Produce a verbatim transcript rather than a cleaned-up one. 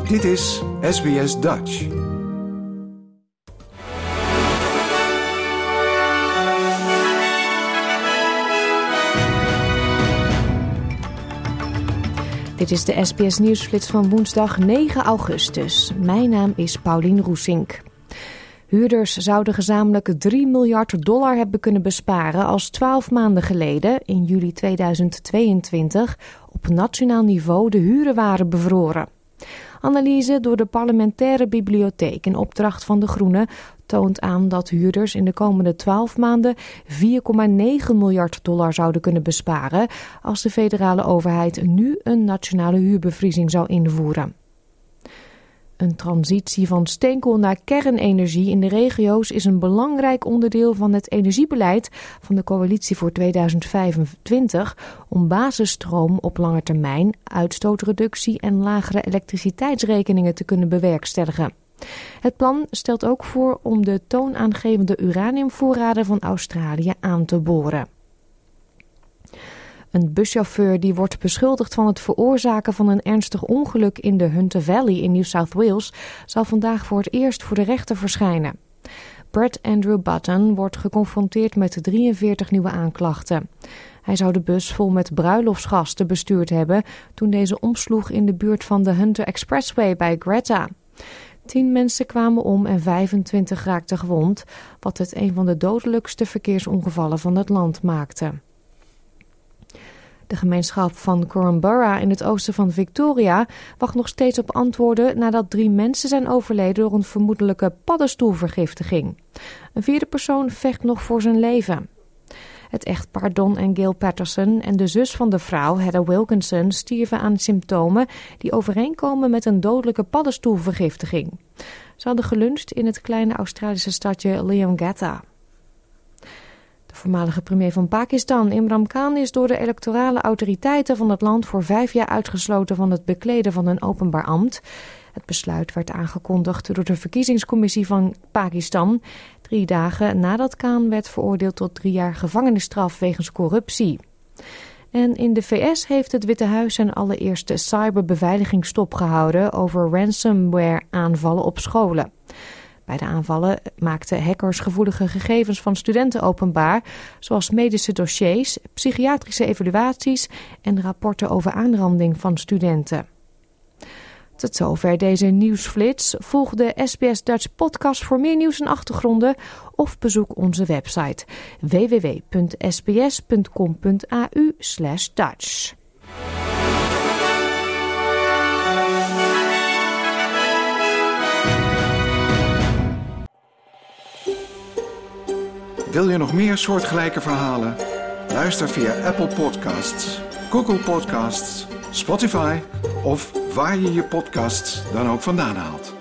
Dit is S B S Dutch. Dit is de S B S Nieuwsflits van woensdag negen augustus. Mijn naam is Paulien Roesink. Huurders zouden gezamenlijk drie miljard dollar hebben kunnen besparen als twaalf maanden geleden, in juli tweeduizend tweeëntwintig, op nationaal niveau de huren waren bevroren. Analyse door de parlementaire bibliotheek in opdracht van de Groenen toont aan dat huurders in de komende twaalf maanden vier komma negen miljard dollar zouden kunnen besparen als de federale overheid nu een nationale huurbevriezing zou invoeren. Een transitie van steenkool naar kernenergie in de regio's is een belangrijk onderdeel van het energiebeleid van de coalitie voor tweeduizend vijfentwintig om basisstroom op lange termijn, uitstootreductie en lagere elektriciteitsrekeningen te kunnen bewerkstelligen. Het plan stelt ook voor om de toonaangevende uraniumvoorraden van Australië aan te boren. Een buschauffeur die wordt beschuldigd van het veroorzaken van een ernstig ongeluk in de Hunter Valley in New South Wales zal vandaag voor het eerst voor de rechter verschijnen. Brett Andrew Button wordt geconfronteerd met drieënveertig nieuwe aanklachten. Hij zou de bus vol met bruiloftsgasten bestuurd hebben toen deze omsloeg in de buurt van de Hunter Expressway bij Greta. Tien mensen kwamen om en vijfentwintig raakten gewond, wat het een van de dodelijkste verkeersongevallen van het land maakte. De gemeenschap van Korumburra in het oosten van Victoria wacht nog steeds op antwoorden nadat drie mensen zijn overleden door een vermoedelijke paddenstoelvergiftiging. Een vierde persoon vecht nog voor zijn leven. Het echtpaar Don en Gail Patterson en de zus van de vrouw, Heather Wilkinson, stierven aan symptomen die overeenkomen met een dodelijke paddenstoelvergiftiging. Ze hadden geluncht in het kleine Australische stadje Leongatha. De voormalige premier van Pakistan, Imran Khan, is door de electorale autoriteiten van het land voor vijf jaar uitgesloten van het bekleden van een openbaar ambt. Het besluit werd aangekondigd door de verkiezingscommissie van Pakistan, drie dagen nadat Khan werd veroordeeld tot drie jaar gevangenisstraf wegens corruptie. En in de V S heeft het Witte Huis zijn allereerste cyberbeveiliging stopgehouden over ransomware-aanvallen op scholen. Bij de aanvallen maakten hackers gevoelige gegevens van studenten openbaar, zoals medische dossiers, psychiatrische evaluaties en rapporten over aanranding van studenten. Tot zover deze nieuwsflits. Volg de S B S Dutch podcast voor meer nieuws en achtergronden of bezoek onze website w w w punt s b s punt com punt a u slash Dutch. Wil je nog meer soortgelijke verhalen? Luister via Apple Podcasts, Google Podcasts, Spotify of waar je je podcasts dan ook vandaan haalt.